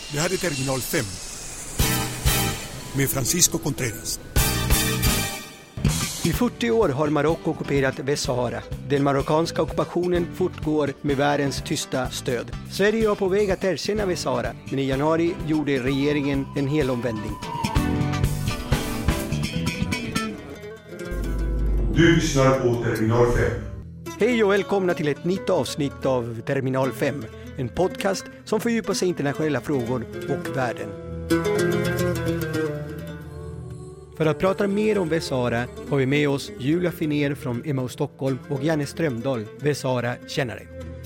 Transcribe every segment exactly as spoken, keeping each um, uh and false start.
Det här är Terminal fem med Francisco Contreras. I fyrtio år har Marocko ockuperat Västsahara. Den marockanska ockupationen fortgår med världens tysta stöd. Sverige var på väg att erkänna Västsahara, men i januari gjorde regeringen en hel omvändning. Du lyssnar på Terminal fem. Hej och välkomna till ett nytt avsnitt av Terminal fem. En podcast som fördjupar sig i internationella frågor och världen. För att prata mer om Västsahara har vi med oss Julia Finnér från Emmaus Stockholm och Janne Strömdahl, Västsahara-kännare.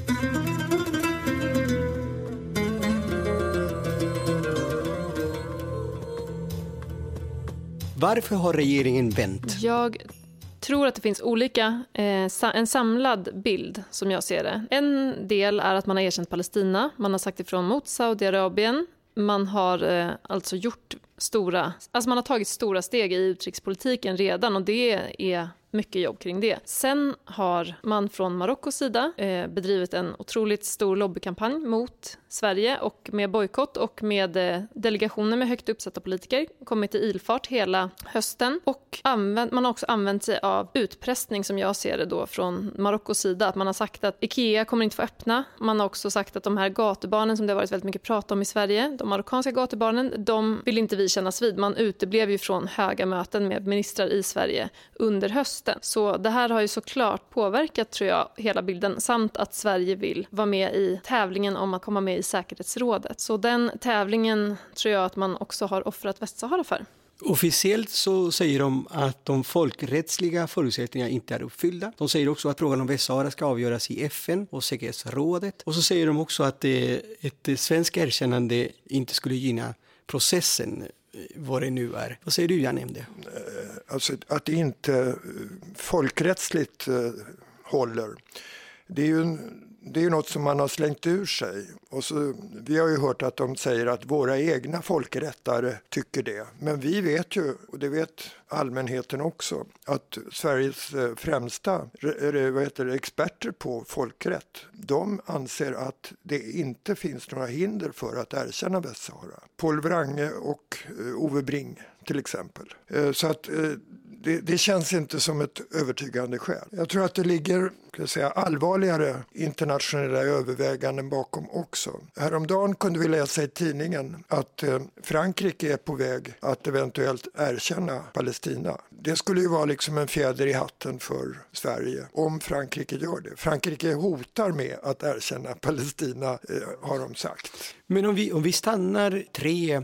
Varför har regeringen vänt? Jag tror att det finns olika, eh, en samlad bild som jag ser det. En del är att man har erkänt Palestina, man har sagt ifrån mot Saudiarabien, man har eh, alltså gjort stora, alltså man har tagit stora steg i utrikespolitiken redan och det är mycket jobb kring det. Sen har man från Marockos sida eh, bedrivit en otroligt stor lobbykampanj mot Sverige och med bojkott och med eh, delegationer med högt uppsatta politiker kommit i ilfart hela hösten och använt, man har också använt sig av utpressning som jag ser det då från Marockos sida, att man har sagt att Ikea kommer inte få öppna. Man har också sagt att de här gatubarnen som det har varit väldigt mycket prat om i Sverige, de marockanska gatubarnen, de vill inte vi kännas vid. Man uteblev ju från höga möten med ministrar i Sverige under hösten. Så det här har ju såklart påverkat, tror jag, hela bilden, samt att Sverige vill vara med i tävlingen om att komma med i säkerhetsrådet. Så den tävlingen tror jag att man också har offrat Västsahara för. Officiellt så säger de att de folkrättsliga förutsättningarna inte är uppfyllda. De säger också att frågan om Västsahara ska avgöras i F N och säkerhetsrådet. Och så säger de också att ett svenskt erkännande inte skulle gynna processen, vad det nu är. Vad säger du, Janne, om det? Alltså att det inte folkrättsligt håller. Det är ju en, det är ju något som man har slängt ur sig. Och så, vi har ju hört att de säger att våra egna folkrättare tycker det. Men vi vet ju, och det vet allmänheten också, att Sveriges främsta vad heter det, experter på folkrätt, de anser att det inte finns några hinder för att erkänna Västsahara. Paul Wrange och Ove Bring till exempel. Så att det, det känns inte som ett övertygande skäl. Jag tror att det ligger, ska jag säga, allvarligare internationella överväganden bakom också. Häromdagen kunde vi läsa i tidningen att Frankrike är på väg att eventuellt erkänna Palestina. Det skulle ju vara liksom en fjäder i hatten för Sverige om Frankrike gör det. Frankrike hotar med att erkänna Palestina, eh, har de sagt. Men om vi, om vi stannar tre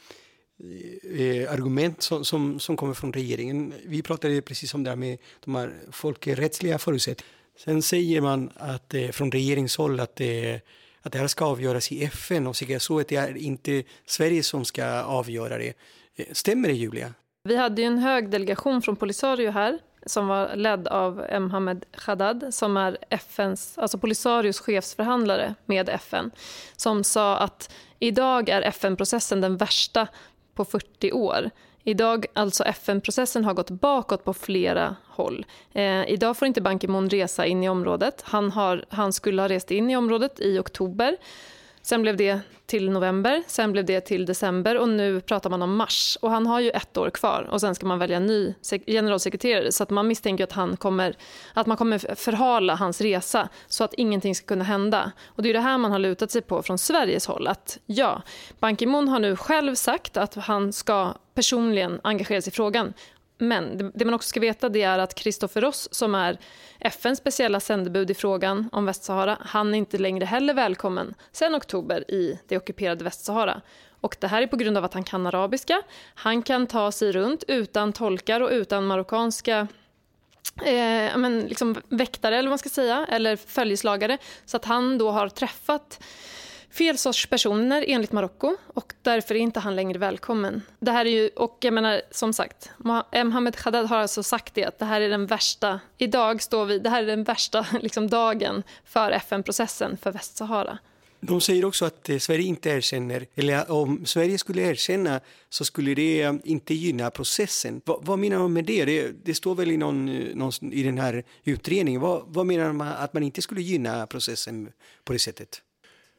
Eh, argument som, som, som kommer från regeringen. Vi pratade precis om det här med de här folkrättsliga förutsättningarna. Sen säger man att eh, från regeringshåll att, eh, att det här ska avgöras i F N och så att det är inte Sverige som ska avgöra det. Eh, stämmer det, Julia? Vi hade ju en hög delegation från Polisario här som var ledd av Mohammed Haddad som är F N:s, alltså Polisarios chefsförhandlare med F N, som sa att idag är F N-processen den värsta på fyrtio år. Idag, alltså F N-processen har gått bakåt på flera håll. Eh, idag får inte Ban Ki-moon resa in i området. Han, har, han skulle ha rest in i området i oktober. Sen blev det till november, sen blev det till december och nu pratar man om mars. Och han har ju ett år kvar och sen ska man välja en ny generalsekreterare. Så att man misstänker att, han kommer, att man kommer förhala hans resa så att ingenting ska kunna hända. Och det är det här man har lutat sig på från Sveriges håll. Att ja, Ban Ki-moon har nu själv sagt att han ska personligen engagera sig i frågan. Men det man också ska veta det är att Christopher Ross som är F N:s speciella sändebud i frågan om Västsahara, han är inte längre heller välkommen sedan oktober i det ockuperade Västsahara. Och det här är på grund av att han kan arabiska. Han kan ta sig runt utan tolkar och utan marockanska eh, men liksom väktare eller vad man ska säga, eller följeslagare. Så att han då har träffat fel sorts personer enligt Marocko och därför är inte han längre välkommen. Det här är ju, och jag menar som sagt, Mohammed Haddad har alltså sagt det att det här är den värsta, idag står vi, det här är den värsta liksom, dagen för F N-processen för Västsahara. De säger också att Sverige inte erkänner, eller om Sverige skulle erkänna så skulle det inte gynna processen. Vad, vad menar de med det? Det, det står väl i, någon, någon, i den här utredningen. Vad, vad menar de att man inte skulle gynna processen på det sättet?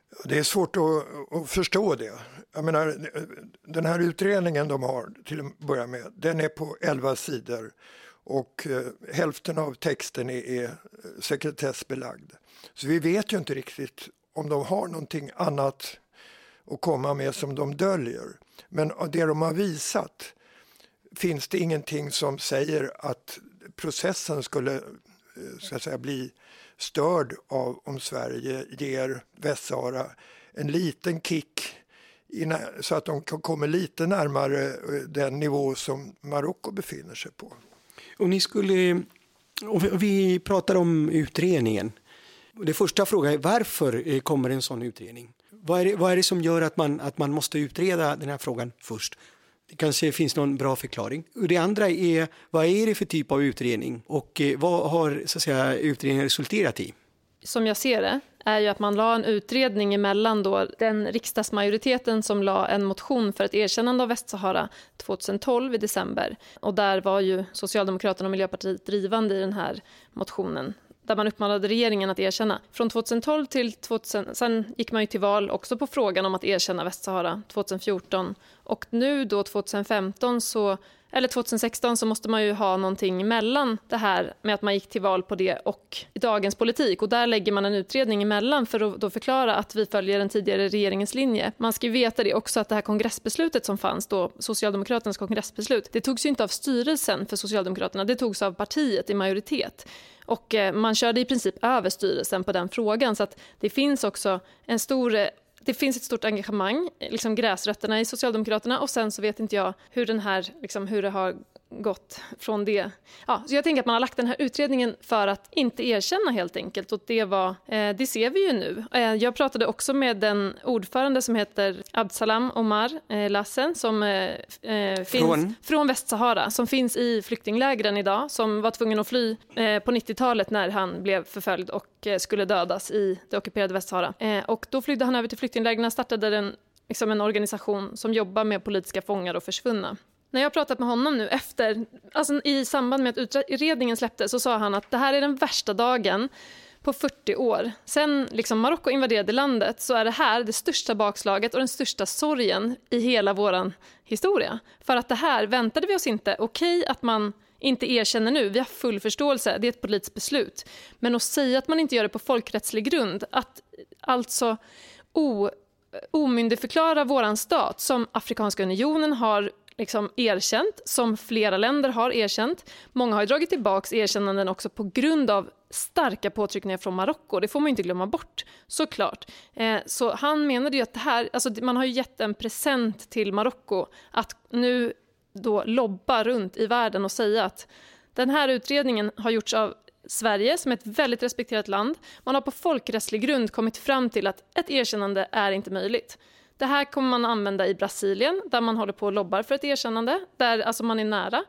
Det är svårt att, att förstå det. Jag menar, den här utredningen de har till att börja med, den är på elva sidor och eh, hälften av texten är, är sekretessbelagd. Så vi vet ju inte riktigt om de har någonting annat att komma med som de döljer. Men av det de har visat finns det ingenting som säger att processen skulle ska säga, bli störd av om Sverige ger Västsahara en liten kick innan, så att de kommer lite närmare den nivå som Marocko befinner sig på. Och ni skulle, och vi pratar om utredningen. Det första frågan är varför kommer en sån utredning? Vad är det, vad är det som gör att man, att man måste utreda den här frågan först? Det kanske finns någon bra förklaring. Och det andra är, vad är det för typ av utredning? Och vad har så att säga, utredningen resulterat i? Som jag ser det är ju att man la en utredning emellan då den riksdagsmajoriteten som la en motion för ett erkännande av Västsahara tjugohundratolv i december. Och där var ju Socialdemokraterna och Miljöpartiet drivande i den här motionen, där man uppmanade regeringen att erkänna. Från tjugohundratolv till tjugohundra, sen gick man ju till val också på frågan om att erkänna Västsahara tjugohundrafjorton. Och nu då tjugohundrafemton så, eller tjugohundrasexton så måste man ju ha någonting mellan det här med att man gick till val på det och dagens politik. Och där lägger man en utredning emellan för att då förklara att vi följer den tidigare regeringens linje. Man ska ju veta det också att det här kongressbeslutet som fanns då, Socialdemokraternas kongressbeslut, det togs ju inte av styrelsen för Socialdemokraterna, det togs av partiet i majoritet. Och man körde i princip över styrelsen på den frågan, så att det finns också en stor, det finns ett stort engagemang, liksom gräsrötterna i Socialdemokraterna, och sen så vet inte jag hur den här, liksom hur det har gått från det. Ja, så jag tänker att man har lagt den här utredningen för att inte erkänna helt enkelt, och det var, eh, det ser vi ju nu. Eh, jag pratade också med den ordförande som heter Abdsalam Omar eh, Lassen som eh, finns från? från Västsahara, som finns i flyktinglägren idag, som var tvungen att fly eh, på nittiotalet när han blev förföljd och eh, skulle dödas i det ockuperade Västsahara. Eh, och då flydde han över till flyktinglägren och startade den, liksom en organisation som jobbar med politiska fångar och försvunna. När jag har pratat med honom nu efter, alltså i samband med att utredningen släpptes, så sa han att det här är den värsta dagen på fyrtio år. Sen liksom Marocko invaderade landet så är det här det största bakslaget och den största sorgen i hela våran historia. För att det här väntade vi oss inte. Okej att man inte erkänner nu, vi har full förståelse, det är ett politiskt beslut. Men att säga att man inte gör det på folkrättslig grund, att alltså o, omyndigförklara våran stat som Afrikanska unionen har liksom erkänt, som flera länder har erkänt. Många har ju dragit tillbaka erkännanden också på grund av starka påtryckningar från Marocko. Det får man ju inte glömma bort, såklart. Eh, så han menade ju att det här, alltså man har ju gett en present till Marocko att nu då lobba runt i världen och säga att den här utredningen har gjorts av Sverige som ett väldigt respekterat land. Man har på folkrättslig grund kommit fram till att ett erkännande är inte möjligt. Det här kommer man använda i Brasilien, där man håller på och lobbar för ett erkännande, där alltså man är nära.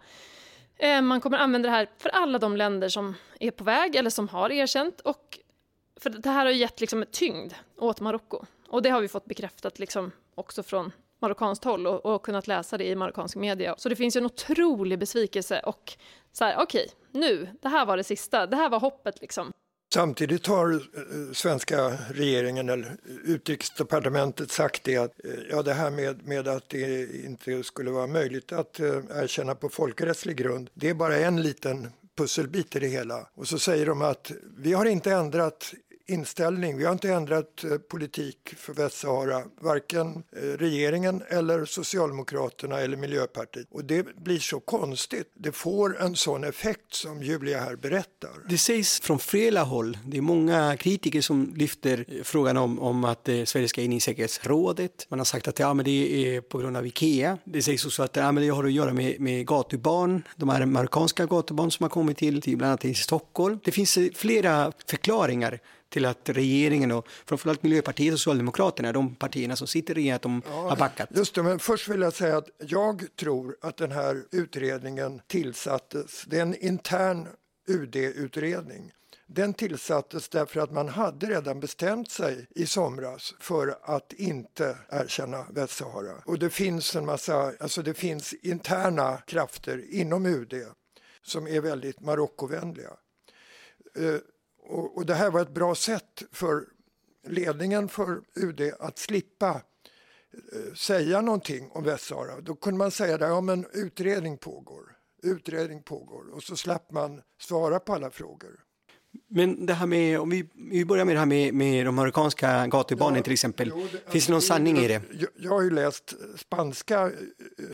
Eh, man kommer använda det här för alla de länder som är på väg eller som har erkänt. Och för det här har gett liksom ett tyngd åt Marocko. Och det har vi fått bekräftat liksom också från marockanskt håll och, och kunnat läsa det i marockansk media. Så det finns ju en otrolig besvikelse och så här, okej, nu, det här var det sista, det här var hoppet liksom. Samtidigt har svenska regeringen eller utrikesdepartementet sagt det att ja, det här med, med att det inte skulle vara möjligt att erkänna på folkrättslig grund, det är bara en liten pusselbit i det hela. Och så säger de att vi har inte ändrat inställning, vi har inte ändrat politik för Västsahara, varken regeringen eller Socialdemokraterna eller Miljöpartiet. Och det blir så konstigt. Det får en sån effekt som Julia här berättar. Det sägs från flera håll, det är många kritiker som lyfter frågan om, om att eh, Sverige ska in i säkerhetsrådet. Man har sagt att ja, men det är på grund av Ikea. Det sägs också att ja, men det har att göra med, med gatubarn, de här marockanska gatubarn som har kommit till, till bland annat i Stockholm. Det finns flera förklaringar till att regeringen och framförallt Miljöpartiet och Socialdemokraterna, de partierna som sitter i att de ja, har backat. Just det, men först vill jag säga att jag tror att den här utredningen tillsattes, det är en intern U D-utredning. Den tillsattes därför att man hade redan bestämt sig i somras för att inte erkänna Västsahara. Och det finns en massa, alltså det finns interna krafter inom U D som är väldigt Marockovänliga. Uh, Och, och det här var ett bra sätt för ledningen för U D att slippa eh, säga någonting om Västsahara. Då kunde man säga att ja, men utredning pågår, utredning pågår och så slapp man svara på alla frågor. Men det här med, om vi, vi börjar med det här med, med de amerikanska gatubarnen ja, till exempel. Jo, det, finns det någon sanning i det? Jag, jag har ju läst spanska eh,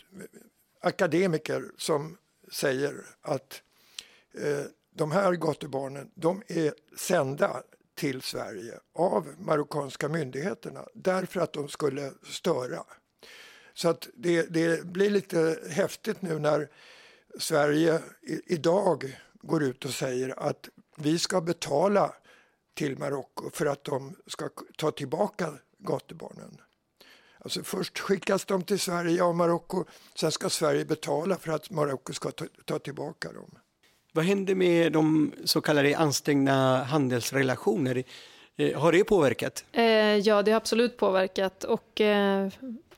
akademiker som säger att eh, de här gatubarnen, de är sända till Sverige av marockanska myndigheterna därför att de skulle störa. Så att det, det blir lite häftigt nu när Sverige i, idag går ut och säger att vi ska betala till Marocko för att de ska ta tillbaka gatubarnen. Alltså först skickas de till Sverige av Marocko, sen ska Sverige betala för att Marocko ska ta, ta tillbaka dem. Vad händer med de så kallade ansträngda handelsrelationer? Eh, har det påverkat? Eh, ja, det har absolut påverkat. Och eh,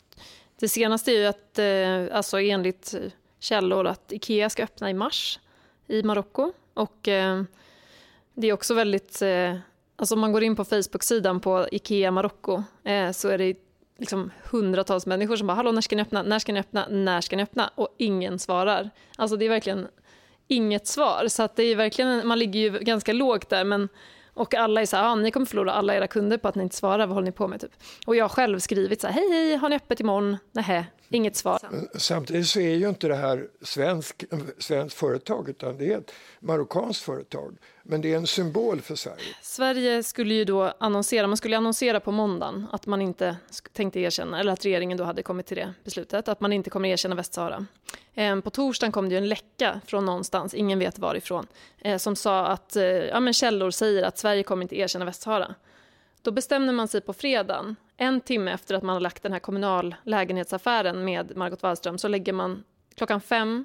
det senaste är ju att, eh, alltså enligt källor, att Ikea ska öppna i mars i Marocko. Och eh, det är också väldigt, eh, alltså om man går in på Facebook-sidan på Ikea Marocko eh, så är det liksom hundratals människor som bara, hallå, när ska ni öppna, när ska ni öppna, när ska ni öppna? Och ingen svarar. Alltså det är verkligen inget svar. Så att det är verkligen, man ligger ju ganska lågt där, men och alla är så här, ah, ni kommer förlora alla era kunder på att ni inte svarar, vad håller ni på med typ? Och jag har själv skrivit så här, hej hej, har ni öppet imorgon? Nähä, inget svar. Samtidigt så är ju inte det här svensk, svensk företag utan det är ett marockanskt företag. Men det är en symbol för Sverige. Sverige skulle ju då annonsera, man skulle annonsera på måndagen att man inte tänkte erkänna, eller att regeringen då hade kommit till det beslutet, att man inte kommer erkänna Västsahara. På torsdagen kom det ju en läcka från någonstans, ingen vet varifrån, som sa att ja, men källor säger att Sverige kommer inte erkänna Västsahara. Då bestämde man sig på fredagen, en timme efter att man har lagt den här kommunal lägenhetsaffären med Margot Wallström, så lägger man klockan fem,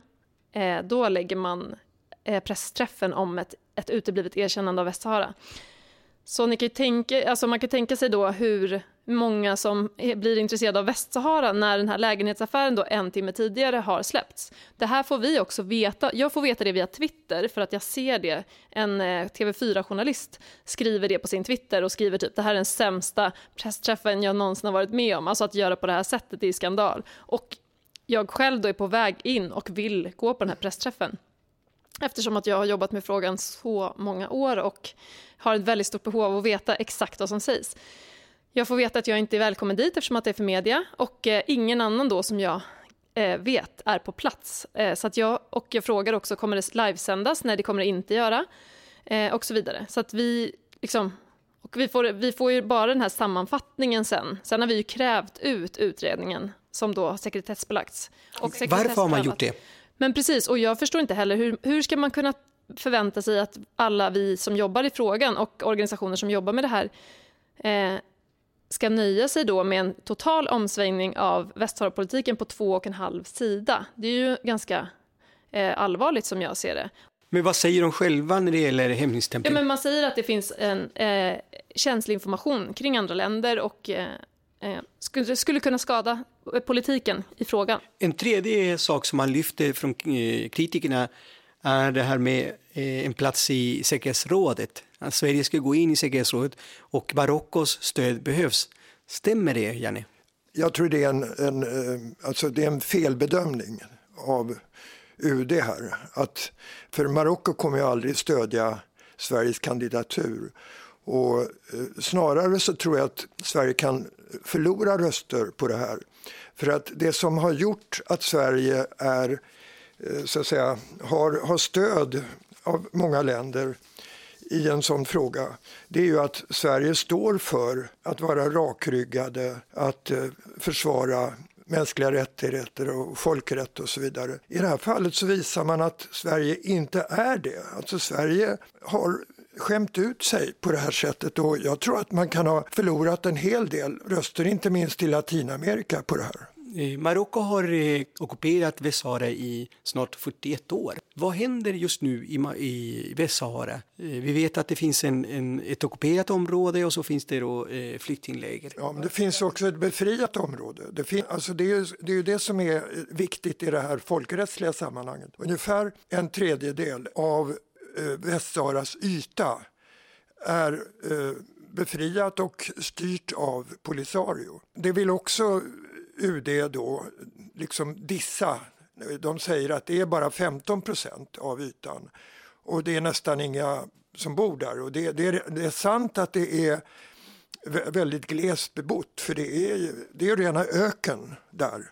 då lägger man pressträffen om ett, ett uteblivet erkännande av Västsahara. Så ni kan tänka, alltså man kan tänka sig då hur många som blir intresserade av Västsahara när den här lägenhetsaffären då en timme tidigare har släppts. Det här får vi också veta. Jag får veta det via Twitter för att jag ser det. En T V fyra-journalist skriver det på sin Twitter och skriver typ, det här är den sämsta pressträffen jag någonsin har varit med om. Alltså att göra på det här sättet är skandal. Och jag själv då är på väg in och vill gå på den här pressträffen. Eftersom att jag har jobbat med frågan så många år och har ett väldigt stort behov av att veta exakt vad som sägs. Jag får veta att jag inte är välkommen dit eftersom att det är för media och eh, ingen annan då som jag eh, vet är på plats. Eh, så att jag, och jag frågar också, kommer det livesändas? Nej, det kommer det inte göra. Eh, och så vidare. Så att vi liksom, och vi får, vi får ju bara den här sammanfattningen sen. Sen har vi ju krävt ut utredningen som då har sekretessbelagts. Och varför har man gjort det? Men precis, och jag förstår inte heller hur, hur ska man kunna förvänta sig att alla vi som jobbar i frågan och organisationer som jobbar med det här eh, ska nöja sig då med en total omsvängning av Västsahara-politiken på två och en halv sida. Det är ju ganska eh, allvarligt som jag ser det. Men vad säger de själva när det gäller hemligstämpling? Ja, men man säger att det finns en eh, känslig information kring andra länder och eh, eh, skulle, skulle kunna skada politiken i frågan. En tredje sak som man lyfter från eh, kritikerna är det här med eh, en plats i säkerhetsrådet. Att Sverige ska gå in i säkerhetsrådet och Marockos stöd behövs. Stämmer det, Janne? Jag tror det är en, en, alltså det är en felbedömning av U D här. Att, för Marocko kommer ju aldrig stödja Sveriges kandidatur. Och eh, snarare så tror jag att Sverige kan förlora röster på det här. För att det som har gjort att Sverige är, eh, så att säga, har, har stöd av många länder i en sån fråga, det är ju att Sverige står för att vara rakryggade, att eh, försvara mänskliga rättigheter och folkrätt och så vidare. I det här fallet så visar man att Sverige inte är det. Alltså Sverige har skämt ut sig på det här sättet och jag tror att man kan ha förlorat en hel del röster, inte minst i Latinamerika, på det här. Marocko har eh, ockuperat Västsahara i snart fyrtioett år. Vad händer just nu i, i Västsahara? Eh, vi vet att det finns en, en, ett ockuperat område och så finns det då, eh, flyktingläger. Ja, men det finns också ett befriat område. Det, fin- alltså det, är ju, det är ju det som är viktigt i det här folkrättsliga sammanhanget. Ungefär en tredjedel av eh, Västsaharas yta är eh, befriat och styrt av Polisario. Det vill också U D då liksom dissa. De säger att det är bara femton procent av ytan och det är nästan inga som bor där. Och det, det, är, det är sant att det är väldigt glest bebott, för det är, det är rena öken där.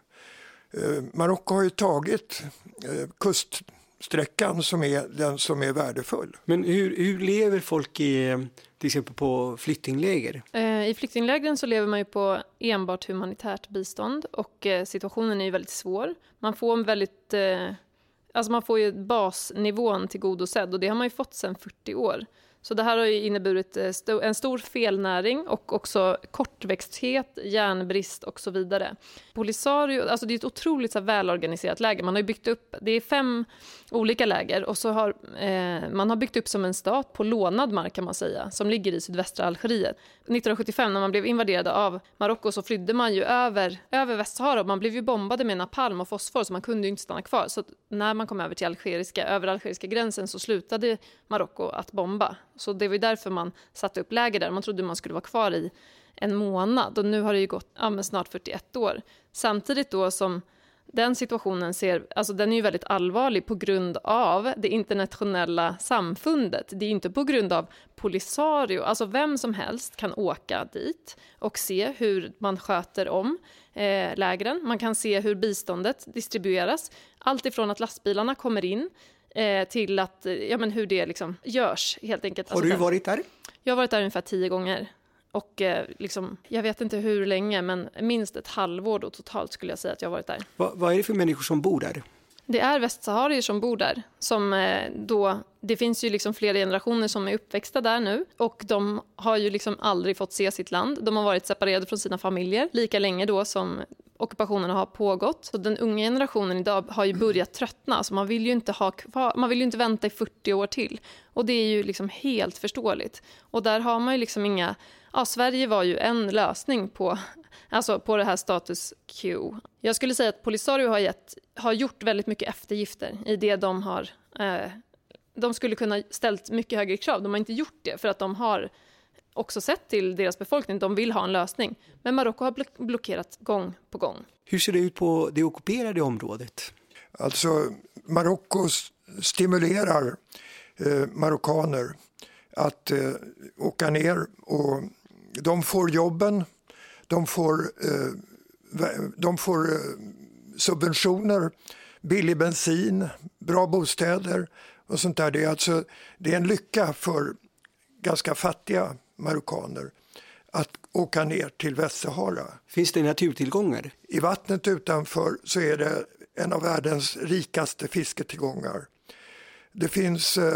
Eh, Marocko har ju tagit eh, kuststräckan som är den som är värdefull. Men hur, hur lever folk i, till exempel på flyktingläger? Eh, I flyktinglägren så lever man ju på enbart humanitärt bistånd och eh, situationen är ju väldigt svår. Man får väldigt, eh, alltså man får ju basnivån tillgodosedd och det har man ju fått sedan fyrtio år. Så det här har ju inneburit en stor felnäring och också kortväxthet, järnbrist och så vidare. Polisario, alltså det är ett otroligt så här välorganiserat läger. Man har ju byggt upp, det är fem olika läger och så har eh, man har byggt upp som en stat på lånad mark kan man säga, som ligger i sydvästra Algeriet. nittonhundrasjuttiofem när man blev invaderade av Marocko så flydde man ju över, över Västsahara. Man blev ju bombade med napalm och fosfor så man kunde ju inte stanna kvar. Så när man kom över till algeriska, över algeriska gränsen så slutade Marocko att bomba. Så det var ju därför man satte upp läger där. Man trodde man skulle vara kvar i en månad. Och nu har det ju gått ja, snart fyrtioett år. Samtidigt då som den situationen ser, alltså den är ju väldigt allvarlig på grund av det internationella samfundet. Det är inte på grund av Polisario. Alltså vem som helst kan åka dit och se hur man sköter om eh, lägren. Man kan se hur biståndet distribueras. Allt ifrån att lastbilarna kommer in Eh, till att, ja men hur det liksom görs helt enkelt. Har alltså, du varit där? Jag har varit där ungefär tio gånger. Och eh, liksom, jag vet inte hur länge, men minst ett halvår då totalt skulle jag säga att jag har varit där. Va, vad är det för människor som bor där? Det är västsaharier som bor där. Som eh, då, det finns ju liksom flera generationer som är uppväxta där nu. Och de har ju liksom aldrig fått se sitt land. De har varit separerade från sina familjer lika länge då som ockupationerna har pågått. Så den unga generationen idag har ju börjat tröttna. Så man vill ju inte, ha kvar, man vill ju inte vänta i fyrtio år till. Och det är ju liksom helt förståeligt. Och där har man ju liksom inga... Ja, Sverige var ju en lösning på, alltså på det här status quo. Jag skulle säga att Polisario har, gett, har gjort väldigt mycket eftergifter i det de har... Eh, de skulle kunna ställt mycket högre krav. De har inte gjort det för att de har också sett till deras befolkning. De vill ha en lösning. Men Marocko har blockerat gång på gång. Hur ser det ut på det ockuperade området? Alltså Marocko stimulerar eh, marockaner att eh, åka ner och de får jobben, de får, eh, de får eh, subventioner, billig bensin, bra bostäder och sånt där. Det är, alltså, det är en lycka för ganska fattiga marockaner att åka ner till Västsahara. Finns det naturtillgångar? I vattnet utanför så är det en av världens rikaste fisketillgångar. Det finns eh,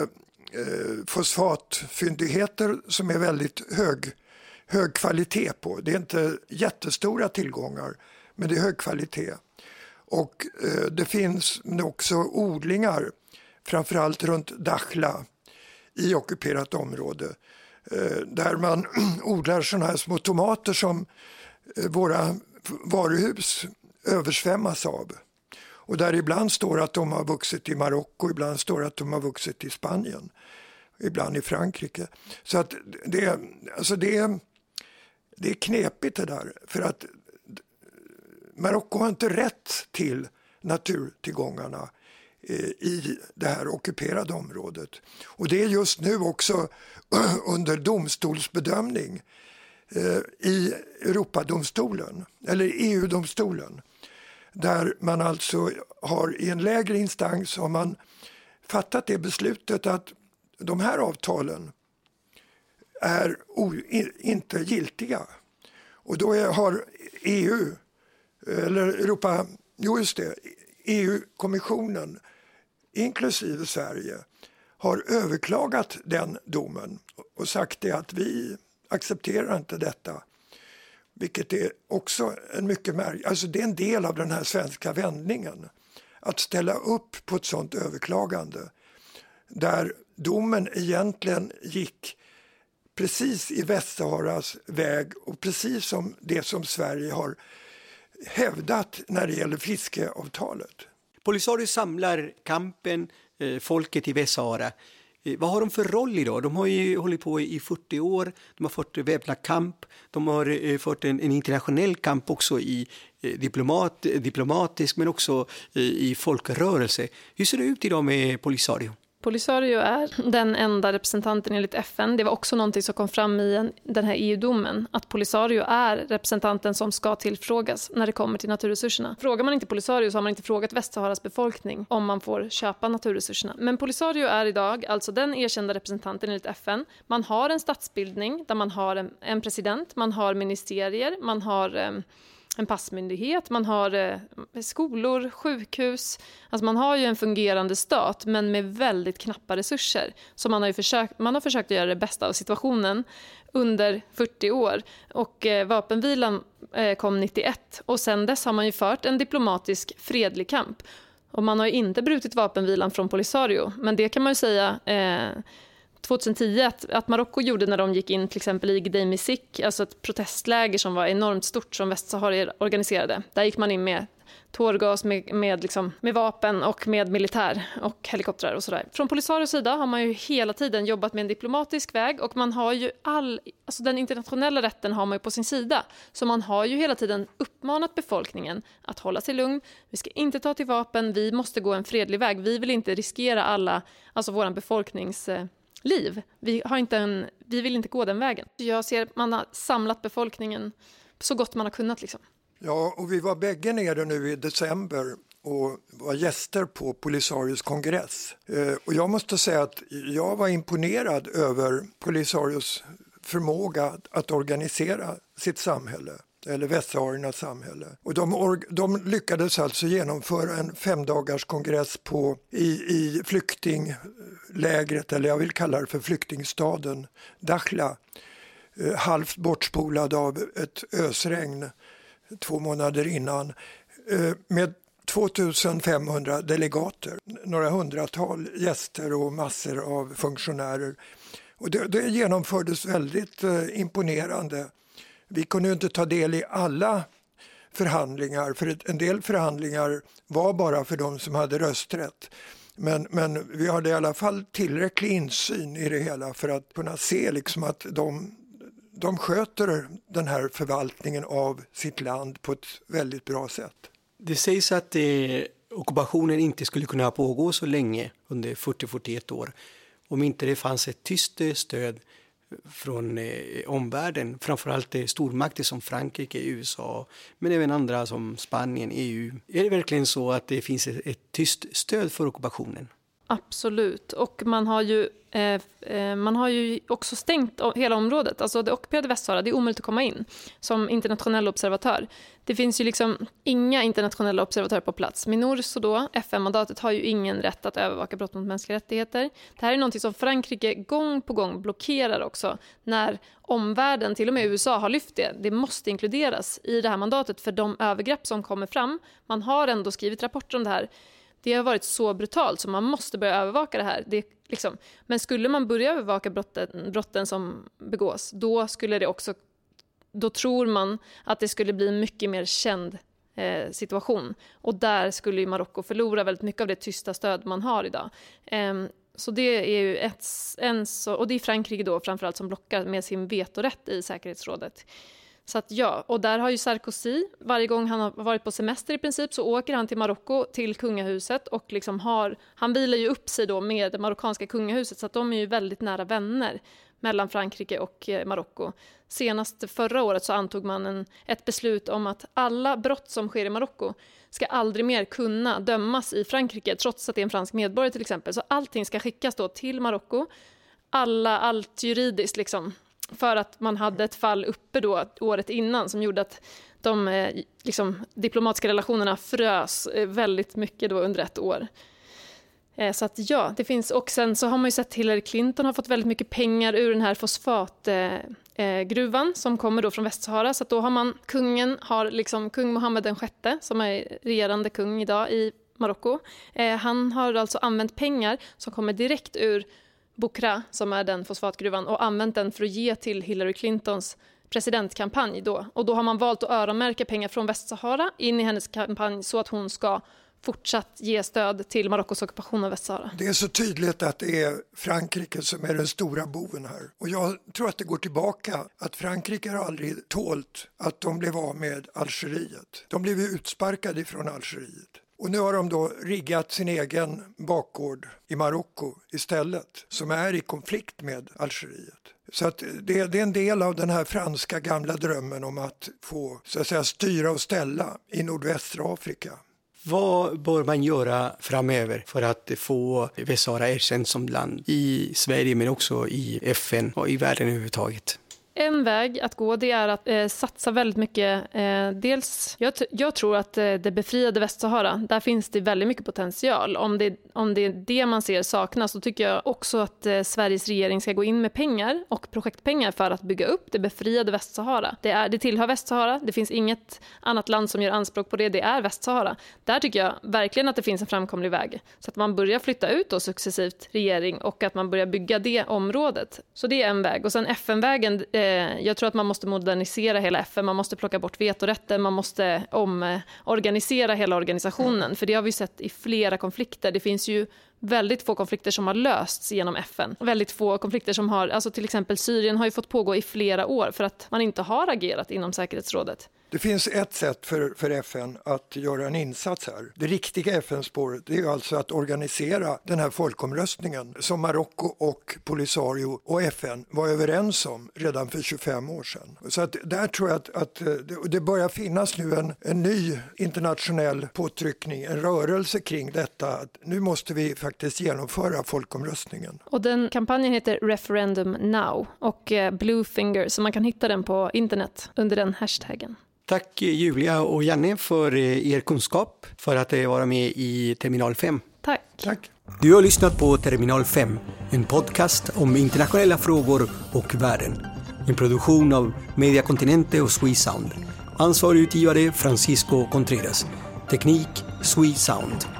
fosfatfyndigheter som är väldigt hög, hög kvalitet på. Det är inte jättestora tillgångar, men det är hög kvalitet. Och eh, det finns också odlingar, framförallt runt Dakhla i ockuperat område, eh, där man odlar sådana här små tomater som eh, våra varuhus översvämmas av. Och där ibland står att de har vuxit i Marocko, ibland står att de har vuxit i Spanien, ibland i Frankrike. Så att det, alltså det, det är knepigt det där, för att Marocko har inte rätt till naturtillgångarna i det här ockuperade området. Och det är just nu också under domstolsbedömning i Europadomstolen, eller E U-domstolen. Där man alltså har i en lägre instans har man fattat det beslutet att de här avtalen är o, inte giltiga. Och då är, har E U, eller Europa, jo just det, E U-kommissionen inklusive Sverige har överklagat den domen och sagt det att vi accepterar inte detta. Vilket är också en mycket märk- alltså det är en del av den här svenska vändningen. Att ställa upp på ett sådant överklagande. Där domen egentligen gick precis i Västsaharas väg och precis som det som Sverige har hävdat när det gäller fiskeavtalet. Polisario samlar kampen, eh, folket i Västsahara. Vad har de för roll idag? De har ju hållit på i fyrtio år, de har fått väpnad kamp, de har fått en, en internationell kamp också i diplomat, diplomatisk men också i folkrörelse. Hur ser det ut idag med Polisario? Polisario är den enda representanten enligt F N. Det var också någonting som kom fram i en, den här E U-domen. Att Polisario är representanten som ska tillfrågas när det kommer till naturresurserna. Frågar man inte Polisario så har man inte frågat Västsaharas befolkning om man får köpa naturresurserna. Men Polisario är idag alltså den erkända representanten enligt F N. Man har en statsbildning där man har en, en president, man har ministerier, man har... Eh, en passmyndighet, man har eh, skolor, sjukhus. Alltså man har ju en fungerande stat men med väldigt knappa resurser. Så man har ju försökt, man har försökt att göra det bästa av situationen under fyrtio år. Och eh, vapenvilan eh, kom nittioett och sen dess har man ju fört en diplomatisk fredlig kamp. Och man har ju inte brutit vapenvilan från Polisario. Men det kan man ju säga... Eh, tjugohundratio att, att Marocko gjorde när de gick in till exempel i Gdeim Izik, alltså ett protestläger som var enormt stort som Västsahara organiserade. Där gick man in med tårgas, med, med, liksom, med vapen och med militär och helikoptrar och sådär. Från Polisarios sida har man ju hela tiden jobbat med en diplomatisk väg och man har ju all, alltså den internationella rätten har man ju på sin sida. Så man har ju hela tiden uppmanat befolkningen att hålla sig lugn. Vi ska inte ta till vapen, vi måste gå en fredlig väg. Vi vill inte riskera alla, alltså våran befolknings... liv. Vi, har inte en, vi vill inte gå den vägen. Jag ser att man har samlat befolkningen så gott man har kunnat. Liksom. Ja, och vi var bägge nere nu i december och var gäster på Polisarios kongress. Eh, och jag måste säga att jag var imponerad över Polisarios förmåga att organisera sitt samhälle. Eller västsahariernas samhälle. Och de, or- de lyckades alltså genomföra en femdagars kongress på, i, i flyktinglägret, eller jag vill kalla det för flyktingstaden Dakhla. Eh, halvt bortspolad av ett ösregn två månader innan. Eh, med tvåtusenfemhundra delegater, några hundratal gäster och massor av funktionärer. Och det, det genomfördes väldigt eh, imponerande. Vi kunde ju inte ta del i alla förhandlingar, för en del förhandlingar var bara för de som hade rösträtt. Men, men vi hade i alla fall tillräcklig insyn i det hela för att kunna se liksom att de, de sköter den här förvaltningen av sitt land på ett väldigt bra sätt. Det sägs att eh, ockupationen inte skulle kunna pågå så länge under fyrtio till fyrtioett år om inte det fanns ett tyst stöd från eh, omvärlden, framförallt eh, stormakter som Frankrike, U S A, men även andra som Spanien, E U. Är det verkligen så att det finns ett, ett tyst stöd för ockupationen? Absolut, och man har ju, eh, man har ju också stängt hela området. Alltså det ockuperade Västsahara, det är omöjligt att komma in som internationell observatör. Det finns ju liksom inga internationella observatörer på plats. Minurso då, F N-mandatet, har ju ingen rätt att övervaka brott mot mänskliga rättigheter. Det här är något som Frankrike gång på gång blockerar också när omvärlden, till och med U S A, har lyft det. Det måste inkluderas i det här mandatet för de övergrepp som kommer fram. Man har ändå skrivit rapporter om det här. Det har varit så brutalt så man måste börja övervaka det här. Det, liksom. Men skulle man börja övervaka brotten, brotten som begås, då skulle det också, då tror man att det skulle bli en mycket mer känd eh, situation. Och där skulle ju Marocko förlora väldigt mycket av det tysta stöd man har idag. Eh, så det är ju ett, en så, och det är Frankrike då framförallt som blockar med sin vetorätt i säkerhetsrådet. Så att ja, och där har ju Sarkozy, varje gång han har varit på semester i princip så åker han till Marocko, till kungahuset och liksom har, han vilar ju upp sig då med det marockanska kungahuset så att de är ju väldigt nära vänner mellan Frankrike och Marocko. Senast förra året så antog man en, ett beslut om att alla brott som sker i Marocko ska aldrig mer kunna dömas i Frankrike trots att det är en fransk medborgare till exempel. Så allting ska skickas då till Marocko, alla, allt juridiskt liksom. För att man hade ett fall uppe då året innan som gjorde att de eh, liksom, diplomatiska relationerna frös eh, väldigt mycket då under ett år. Eh, så att ja, det finns. Och sen så har man ju sett Hillary Clinton har fått väldigt mycket pengar ur den här fosfatgruvan eh, som kommer då från Västsahara. Så att då har man, kungen har liksom kung Mohammed den sjätte som är regerande kung idag i Marocko. Eh, han har alltså använt pengar som kommer direkt ur Bukra, som är den fosfatgruvan, och använt den för att ge till Hillary Clintons presidentkampanj då. Och då har man valt att öronmärka pengar från Västsahara in i hennes kampanj så att hon ska fortsatt ge stöd till Marockos ockupation av Västsahara. Det är så tydligt att det är Frankrike som är den stora boven här. Och jag tror att det går tillbaka att Frankrike har aldrig tålt att de blev av med Algeriet. De blev utsparkade från Algeriet. Och nu har de då riggat sin egen bakgård i Marocko istället, som är i konflikt med Algeriet. Så att det, det är en del av den här franska gamla drömmen om att få så att säga, styra och ställa i nordvästra Afrika. Vad bör man göra framöver för att få Västsahara erkänt som land i Sverige men också i F N och i världen överhuvudtaget? En väg att gå det är att eh, satsa väldigt mycket. Eh, dels, jag, t- jag tror att eh, det befriade Västsahara, där finns det väldigt mycket potential. Om det, om det är det man ser saknas, så tycker jag också att eh, Sveriges regering ska gå in med pengar och projektpengar för att bygga upp det befriade Västsahara. Det, är, det tillhör Västsahara, det finns inget annat land som gör anspråk på det, det är Västsahara. Där tycker jag verkligen att det finns en framkomlig väg. Så att man börjar flytta ut då successivt regering och att man börjar bygga det området. Så det är en väg. Och sen F N-vägen, eh, jag tror att man måste modernisera hela F N, man måste plocka bort vetorätten, man måste omorganisera hela organisationen, för det har vi sett i flera konflikter. Det finns ju väldigt få konflikter som har lösts genom F N. Väldigt få konflikter som har, alltså till exempel Syrien har ju fått pågå i flera år för att man inte har agerat inom säkerhetsrådet. Det finns ett sätt för, för F N att göra en insats här. Det riktiga F N-spåret är alltså att organisera den här folkomröstningen som Marocko och Polisario och F N var överens om redan för tjugofem år sedan. Så att där tror jag att, att det, det börjar finnas nu en, en ny internationell påtryckning, en rörelse kring detta. Att nu måste vi faktiskt genomföra folkomröstningen. Och den kampanjen heter Referendum Now och Bluefinger, så man kan hitta den på internet under den hashtaggen. Tack Julia och Janne för er kunskap, för att vara med i Terminal fem. Tack. Tack. Du har lyssnat på Terminal fem, en podcast om internationella frågor och världen. En produktion av Media Continente och SweSound. Ansvarig utgivare Francisco Contreras. Teknik SweSound.